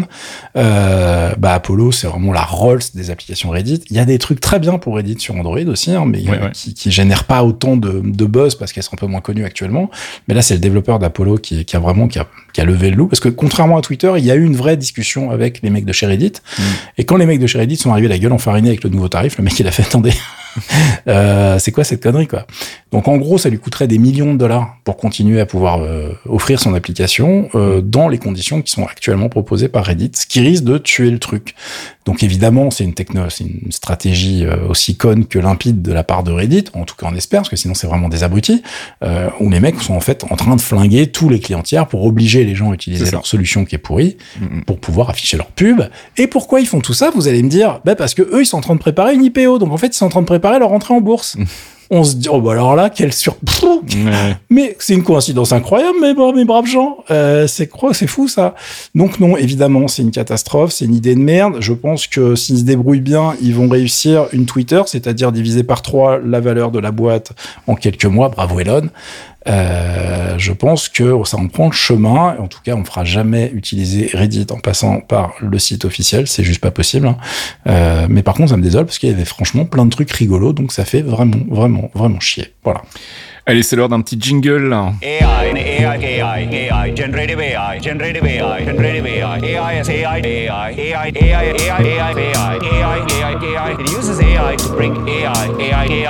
Apollo, c'est vraiment la Rolls des applications Reddit. Il y a des trucs très bien pour Reddit sur Android aussi, mais qui génèrent pas autant de buzz parce qu'elles sont un peu moins connues actuellement. Mais là, c'est le développeur d'Apollo qui a levé le loup parce que contrairement à Twitter, il y a eu une vraie discussion avec les mecs de chez Reddit. Et quand les mecs de chez Reddit sont arrivés la gueule enfarinée avec le nouveau tarif, le mec il a fait attendez. C'est quoi cette connerie quoi? Donc en gros ça lui coûterait des millions de dollars pour continuer à pouvoir offrir son application dans les conditions qui sont actuellement proposées par Reddit, ce qui risque de tuer le truc. Donc évidemment c'est une stratégie aussi conne que limpide de la part de Reddit, en tout cas on espère, parce que sinon c'est vraiment des abrutis, où les mecs sont en fait en train de flinguer tous les clients tiers pour obliger les gens à utiliser leur solution qui est pourrie pour pouvoir afficher leur pub. Et pourquoi ils font tout ça? Vous allez me dire, parce que eux ils sont en train de préparer une IPO, donc en fait ils sont en train de préparer leur entrée en bourse. On se dit, alors là, quelle surprise! Mais c'est une coïncidence incroyable, mes braves gens. C'est fou, ça. Donc non, évidemment, c'est une catastrophe, c'est une idée de merde. Je pense que s'ils se débrouillent bien, ils vont réussir une Twitter, c'est-à-dire diviser par 3 la valeur de la boîte en quelques mois. Bravo Elon. Je pense que ça en prend le chemin. En tout cas, on ne fera jamais utiliser Reddit en passant par le site officiel. C'est juste pas possible. Mais par contre, ça me désole parce qu'il y avait franchement plein de trucs rigolos. Donc ça fait vraiment, vraiment, vraiment chier. Voilà. Allez, c'est l'heure d'un petit jingle. AI, generative AI, generative AI, generative AI, AI is AI, it uses AI to bring AI.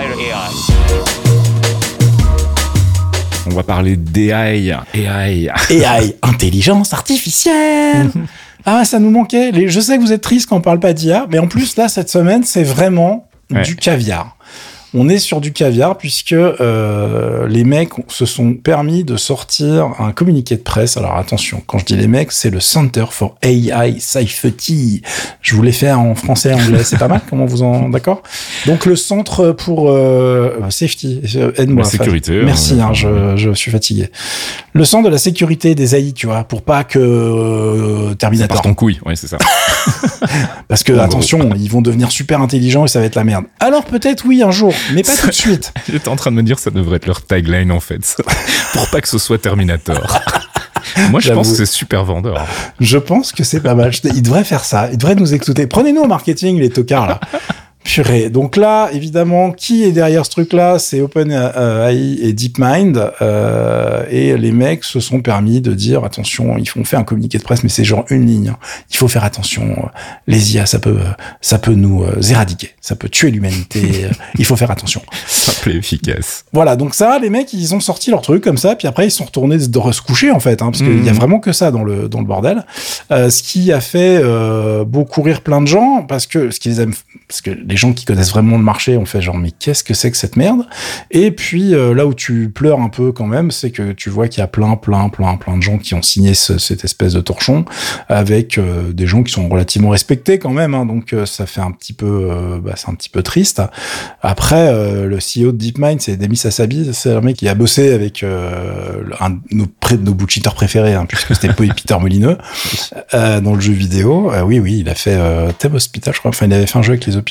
On va parler d'AI. AI, intelligence artificielle. Ah, ça nous manquait. Je sais que vous êtes tristes quand on parle pas d'IA, mais en plus, là, cette semaine, c'est vraiment du caviar. On est sur du caviar puisque les mecs se sont permis de sortir un communiqué de presse. Alors attention, quand je dis les mecs, c'est le Center for AI Safety. Je vous l'ai fait en français et anglais, c'est pas mal. Comment vous en d'accord? Donc le centre pour safety, aide-moi. La sécurité. Merci, je suis fatigué. Le centre de la sécurité des AI, tu vois, pour pas que Terminator. Ça parte en couille, ouais, c'est ça. Parce que attention, ils vont devenir super intelligents et ça va être la merde. Alors peut-être oui un jour. Mais pas tout de suite. J'étais en train de me dire que ça devrait être leur tagline, en fait. Pour pas que ce soit Terminator. Moi, je pense que c'est super vendeur. Je pense que c'est pas mal. Ils devraient faire ça. Ils devraient nous écouter. Prenez-nous au marketing, les tocards, là. Purée. Donc là, évidemment, qui est derrière ce truc-là? C'est OpenAI et DeepMind. Et les mecs se sont permis de dire, attention, ils ont fait un communiqué de presse, mais c'est genre une ligne. Il faut faire attention. Les IA, ça peut nous éradiquer. Ça peut tuer l'humanité. Il faut faire attention. Simple et efficace. Voilà. Donc ça, les mecs, ils ont sorti leur truc comme ça. Puis après, ils sont retournés de se coucher, en fait, parce qu'il y a vraiment que ça dans le bordel. Ce qui a fait beaucoup rire plein de gens parce que les gens qui connaissent vraiment le marché ont fait genre mais qu'est-ce que c'est que cette merde? Et puis là où tu pleures un peu quand même, c'est que tu vois qu'il y a plein de gens qui ont signé cette espèce de torchon avec des gens qui sont relativement respectés quand même, donc ça fait un petit peu c'est un petit peu triste. Après le CEO de DeepMind, c'est Demis Hassabis, c'est un mec qui a bossé avec un de nos bullshitters préférés, puisque c'était Peter Molineux dans le jeu vidéo. Oui, il a fait Thème Hospital, je crois. Enfin, il avait fait un jeu avec les hôpitaux il y a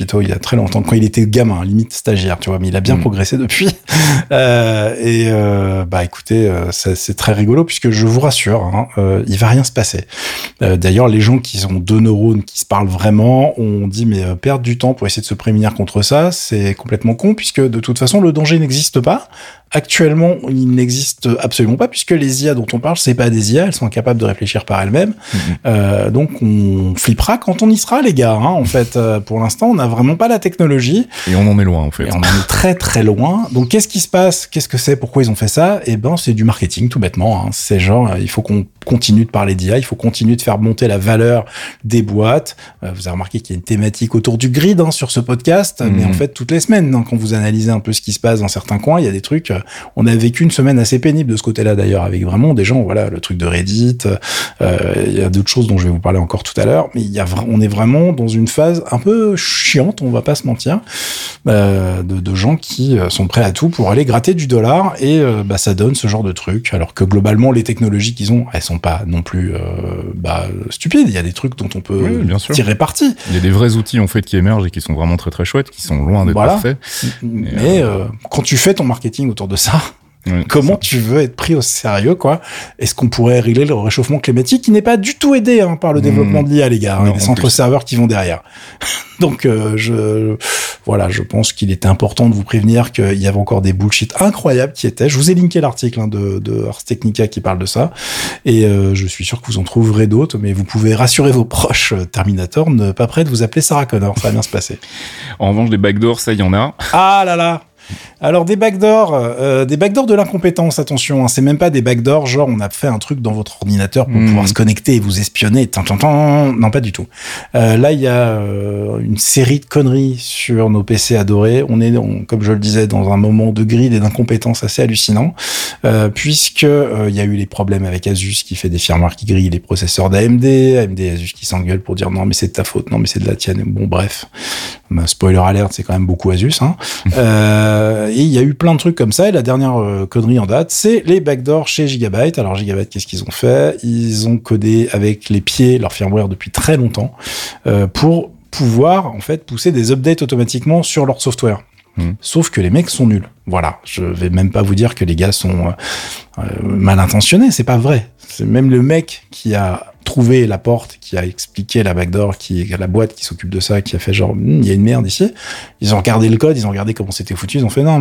très longtemps, quand il était gamin, limite stagiaire, tu vois, mais il a bien progressé depuis. Écoutez, c'est très rigolo puisque je vous rassure, il va rien se passer. D'ailleurs, les gens qui ont 2 neurones qui se parlent vraiment ont dit mais perdre du temps pour essayer de se prémunir contre ça, c'est complètement con puisque de toute façon le danger n'existe pas. Actuellement, il n'existe absolument pas puisque les IA dont on parle, c'est pas des IA, elles sont incapables de réfléchir par elles-mêmes. Donc on flippera quand on y sera, les gars. En fait, pour l'instant, on n'a vraiment pas la technologie. Et on en est loin, en fait. Et on en est très très loin. Donc qu'est-ce qui se passe ? Qu'est-ce que c'est ? Pourquoi ils ont fait ça ? Eh ben, c'est du marketing, tout bêtement. C'est genre, il faut qu'on continue de parler d'IA, il faut continuer de faire monter la valeur des boîtes. Vous avez remarqué qu'il y a une thématique autour du grid sur ce podcast, mais en fait, toutes les semaines, quand vous analysez un peu ce qui se passe dans certains coins, il y a des trucs. On a vécu une semaine assez pénible de ce côté-là d'ailleurs, avec vraiment des gens, voilà, le truc de Reddit. Il y a d'autres choses dont je vais vous parler encore tout à l'heure, mais on est vraiment dans une phase un peu chiante, on va pas se mentir, de gens qui sont prêts à tout pour aller gratter du dollar et ça donne ce genre de truc. Alors que globalement, les technologies qu'ils ont, elles sont pas non plus stupides. Il y a des trucs dont on peut tirer parti. Il y a des vrais outils en fait qui émergent et qui sont vraiment très très chouettes, qui sont loin d'être parfaits. Mais quand tu fais ton marketing autour de ça, comment tu veux être pris au sérieux, quoi ? Est-ce qu'on pourrait régler le réchauffement climatique qui n'est pas du tout aidé par le développement de l'IA, les gars, des centres serveurs qui vont derrière. Donc je pense qu'il était important de vous prévenir qu'il y avait encore des bullshit incroyables qui étaient. Je vous ai linké l'article de Ars Technica qui parle de ça, et je suis sûr que vous en trouverez d'autres, mais vous pouvez rassurer vos proches Terminator, ne pas prêt de vous appeler Sarah Connor, ça va bien se passer. En revanche, des backdoors, ça, il y en a. Ah là là. Alors des backdoors de l'incompétence, attention, c'est même pas des backdoors genre on a fait un truc dans votre ordinateur pour pouvoir se connecter et vous espionner, non, pas du tout. Là il y a une série de conneries sur nos PC adorés. On est comme je le disais dans un moment de grid et d'incompétence assez hallucinant, puisque il y a eu les problèmes avec Asus qui fait des firmware qui grillent les processeurs d'AMD, AMD et Asus qui s'engueulent pour dire non mais c'est de ta faute, non mais c'est de la tienne. Bon bref, spoiler alert, c'est quand même beaucoup Asus. Et il y a eu plein de trucs comme ça, et la dernière connerie en date, c'est les backdoors chez Gigabyte. Alors Gigabyte, qu'est-ce qu'ils ont fait ? Ils ont codé avec les pieds leur firmware depuis très longtemps pour pouvoir en fait pousser des updates automatiquement sur leur software. Sauf que les mecs sont nuls. Voilà, je vais même pas vous dire que les gars sont mal intentionnés, c'est pas vrai. C'est même le mec qui a trouvé la porte, qui a expliqué la backdoor, la boîte qui s'occupe de ça, qui a fait genre il y a une merde ici. Ils ont regardé le code, ils ont regardé comment c'était foutu, ils ont fait non.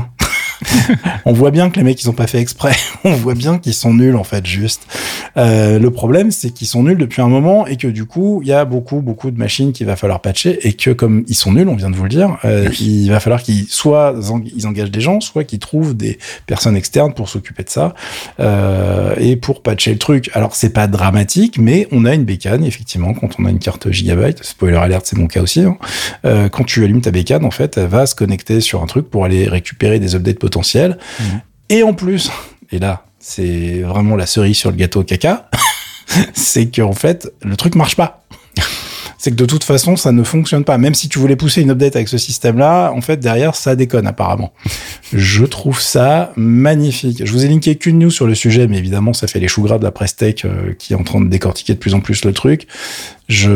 On voit bien que les mecs ils ont pas fait exprès. On voit bien qu'ils sont nuls en fait, juste. Le problème c'est qu'ils sont nuls depuis un moment et que du coup il y a beaucoup de machines qu'il va falloir patcher et que comme ils sont nuls, on vient de vous le dire, il va falloir qu'ils ils engagent des gens, soit qu'ils trouvent des personnes externes pour s'occuper de ça et pour patcher le truc. Alors c'est pas dramatique, mais on a une bécane effectivement quand on a une carte Gigabyte. Spoiler alert, c'est mon cas aussi. Quand tu allumes ta bécane, en fait, elle va se connecter sur un truc pour aller récupérer des updates potentiels. Et en plus, et là, c'est vraiment la cerise sur le gâteau caca, c'est qu'en fait, le truc marche pas. C'est que de toute façon, ça ne fonctionne pas. Même si tu voulais pousser une update avec ce système-là, en fait, derrière, ça déconne apparemment. Je trouve ça magnifique. Je vous ai linké qu'une news sur le sujet, mais évidemment, ça fait les choux gras de la presse tech qui est en train de décortiquer de plus en plus le truc. J'ai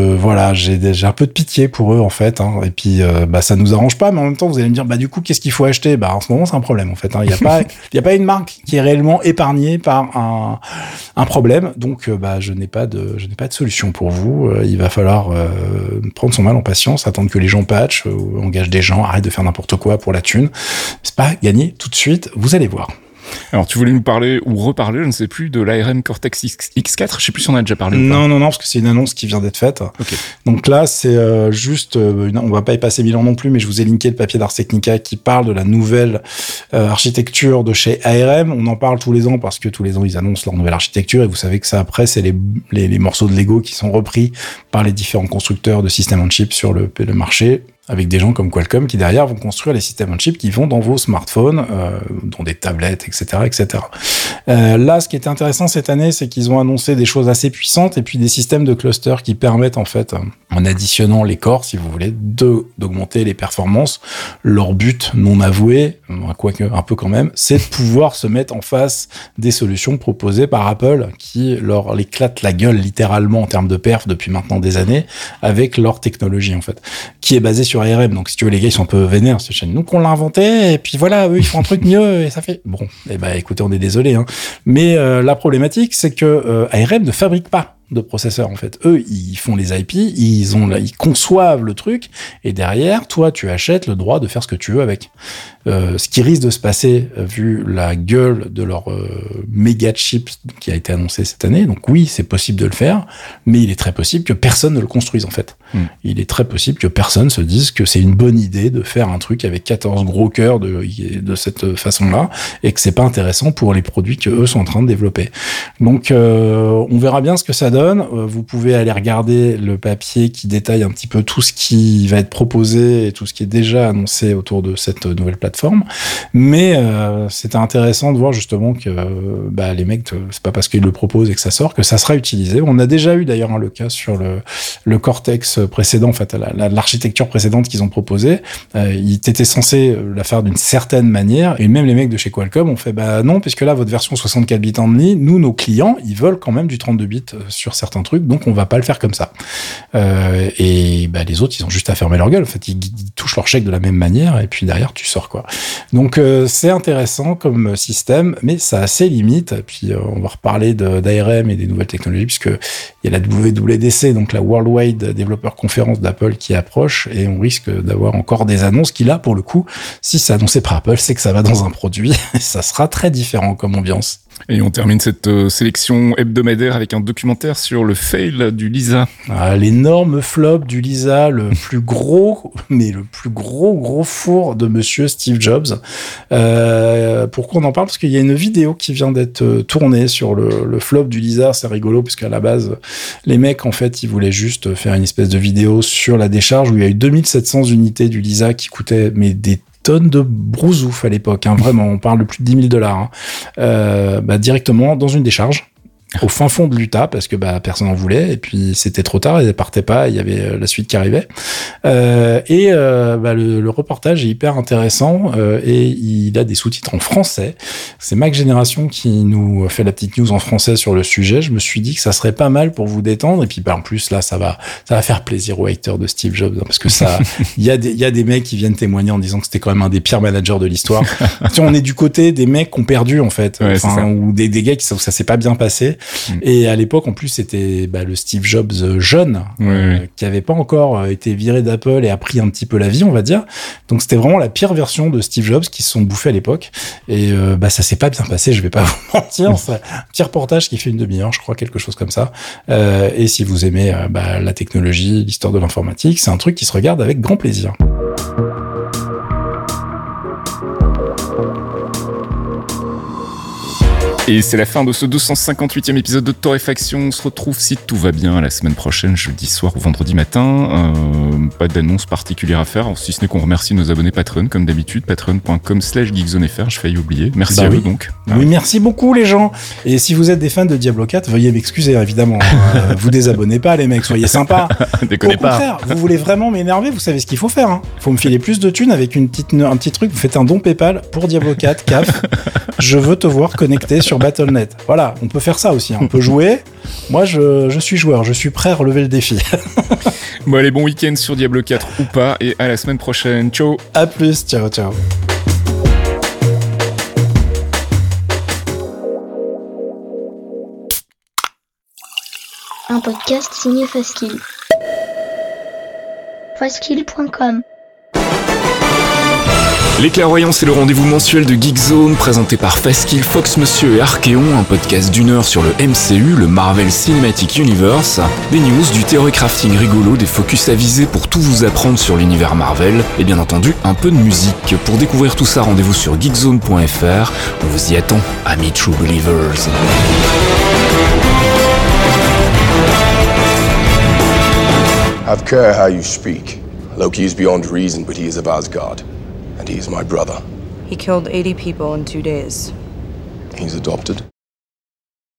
un peu de pitié pour eux en fait, et puis ça nous arrange pas, mais en même temps vous allez me dire du coup qu'est-ce qu'il faut acheter ? En ce moment c'est un problème en fait, il y a pas une marque qui est réellement épargnée par un problème, donc je n'ai pas de solution pour vous. Il va falloir prendre son mal en patience, attendre que les gens patchent, engagent des gens, arrête de faire n'importe quoi pour la thune. C'est pas gagné tout de suite, vous allez voir. Alors, tu voulais nous parler ou reparler, je ne sais plus, de l'ARM Cortex X4. Je sais plus si on a déjà parlé ou pas. Non, parce que c'est une annonce qui vient d'être faite. Okay. Donc là, c'est juste, on va pas y passer 1000 ans non plus, mais je vous ai linké le papier d'Ars Technica qui parle de la nouvelle architecture de chez ARM. On en parle tous les ans parce que tous les ans, ils annoncent leur nouvelle architecture et vous savez que ça, après, c'est les morceaux de Lego qui sont repris par les différents constructeurs de système on chip sur le marché, avec des gens comme Qualcomm qui derrière vont construire les systèmes on chip qui vont dans vos smartphones, dans des tablettes, etc. Là, ce qui était intéressant cette année, c'est qu'ils ont annoncé des choses assez puissantes et puis des systèmes de clusters qui permettent en fait, en additionnant les corps, si vous voulez, d'augmenter les performances. Leur but non avoué, quoique un peu quand même, c'est de pouvoir se mettre en face des solutions proposées par Apple qui leur éclatent la gueule littéralement en termes de perf depuis maintenant des années avec leur technologie en fait, qui est basée sur sur ARM. Donc, si tu veux, les gars, ils sont un peu vénères, cette chaîne. Donc, on l'a inventé, et puis voilà, eux, ils font un truc mieux, et ça fait... Bon, écoutez, on est désolé, hein. Mais la problématique, c'est que ARM ne fabrique pas de processeurs, en fait. Eux, ils font les IP, ils conçoivent le truc, et derrière, toi, tu achètes le droit de faire ce que tu veux avec. Ce qui risque de se passer, vu la gueule de leur méga chip qui a été annoncé cette année, donc oui, c'est possible de le faire, mais il est très possible que personne ne le construise, en fait. Il est très possible que personne se dise que c'est une bonne idée de faire un truc avec 14 gros cœurs de cette façon-là, et que c'est pas intéressant pour les produits que eux sont en train de développer. Donc, on verra bien ce que ça donne. Vous pouvez aller regarder le papier qui détaille un petit peu tout ce qui va être proposé et tout ce qui est déjà annoncé autour de cette nouvelle plateforme. Mais c'était intéressant de voir justement que les mecs, c'est pas parce qu'ils le proposent et que ça sort que ça sera utilisé. On a déjà eu d'ailleurs le cas sur le Cortex précédent, en fait, l'architecture précédente qu'ils ont proposée. Ils étaient censés la faire d'une certaine manière, et même les mecs de chez Qualcomm ont fait non, puisque là votre version 64 bits only, nous nos clients ils veulent quand même du 32 bits sur certains trucs, donc on va pas le faire comme ça. Et les autres ils ont juste à fermer leur gueule. En fait, ils touchent leur chèque de la même manière, et puis derrière tu sors quoi. Donc c'est intéressant comme système, mais ça a ses limites. Et puis on va reparler d'ARM et des nouvelles technologies, puisque il y a la WWDC, donc la Worldwide Developer Conference d'Apple qui approche, et on risque d'avoir encore des annonces qui, là, pour le coup, si c'est annoncé par Apple, c'est que ça va dans un produit, et ça sera très différent comme ambiance. Et on termine cette sélection hebdomadaire avec un documentaire sur le fail du Lisa. L'énorme flop du Lisa, le plus gros, mais le plus gros four de monsieur Steve Jobs. Pourquoi on en parle? Parce qu'il y a une vidéo qui vient d'être tournée sur le flop du Lisa. C'est rigolo, parce qu'à la base, les mecs, en fait, ils voulaient juste faire une espèce de vidéo sur la décharge où il y a eu 2700 unités du Lisa qui coûtaient des tonnes de brousouf à l'époque, hein, vraiment, on parle de plus de $10,000, directement dans une décharge, au fin fond de l'Utah, parce que personne en voulait, et puis c'était trop tard, ils partaient pas, il y avait la suite qui arrivait. Le reportage est hyper intéressant, et il a des sous-titres en français. C'est Mac Génération qui nous fait la petite news en français sur le sujet. Je me suis dit que ça serait pas mal pour vous détendre, et puis en plus là ça va faire plaisir aux haters de Steve Jobs, hein, parce que ça, il y a des mecs qui viennent témoigner en disant que c'était quand même un des pires managers de l'histoire. On est du côté des mecs qui ont perdu, en fait, ou des gars où ça s'est pas bien passé. Et à l'époque, en plus, c'était le Steve Jobs jeune, qui avait pas encore été viré d'Apple et a pris un petit peu la vie, on va dire. Donc c'était vraiment la pire version de Steve Jobs qui se sont bouffés à l'époque. Et ça s'est pas bien passé, je vais pas vous mentir. C'est un petit reportage qui fait une demi-heure, je crois, quelque chose comme ça. Et si vous aimez la technologie, l'histoire de l'informatique, c'est un truc qui se regarde avec grand plaisir. Et c'est la fin de ce 258e épisode de Torréfaction. On se retrouve, si tout va bien, la semaine prochaine, jeudi soir ou vendredi matin. Pas d'annonce particulière à faire, si ce n'est qu'on remercie nos abonnés Patreon, comme d'habitude, patreon.com/geekzonefr. Je faillis oublier. Merci à eux, donc. Oui, merci beaucoup, les gens. Et si vous êtes des fans de Diablo 4, veuillez m'excuser, évidemment. Vous désabonnez pas, les mecs, soyez sympas. Déconnez pas. Au contraire, vous voulez vraiment m'énerver, vous savez ce qu'il faut faire, hein. Faut me filer plus de thunes avec un petit truc. Vous faites un don PayPal pour Diablo 4, CAF. Je veux te voir connecté sur Battle.net. Voilà, on peut faire ça aussi, hein. On peut jouer. Moi, je suis joueur, je suis prêt à relever le défi. Bon, allez, bon week-end sur Diablo 4 ou pas, et à la semaine prochaine. Ciao. À plus, ciao. Un podcast signé Faskill. Faskill.com. Les Clairvoyants, c'est le rendez-vous mensuel de Geekzone, présenté par Faskill, Fox Monsieur et Archeon, un podcast d'1 heure sur le MCU, le Marvel Cinematic Universe, des news, du theory crafting rigolo, des focus avisés pour tout vous apprendre sur l'univers Marvel, et bien entendu, un peu de musique. Pour découvrir tout ça, rendez-vous sur geekzone.fr. On vous y attend, amis True Believers. Have care how you speak. Loki is beyond reason, but he is of Asgard. And he is my brother. He killed 80 people in 2 days. He's adopted.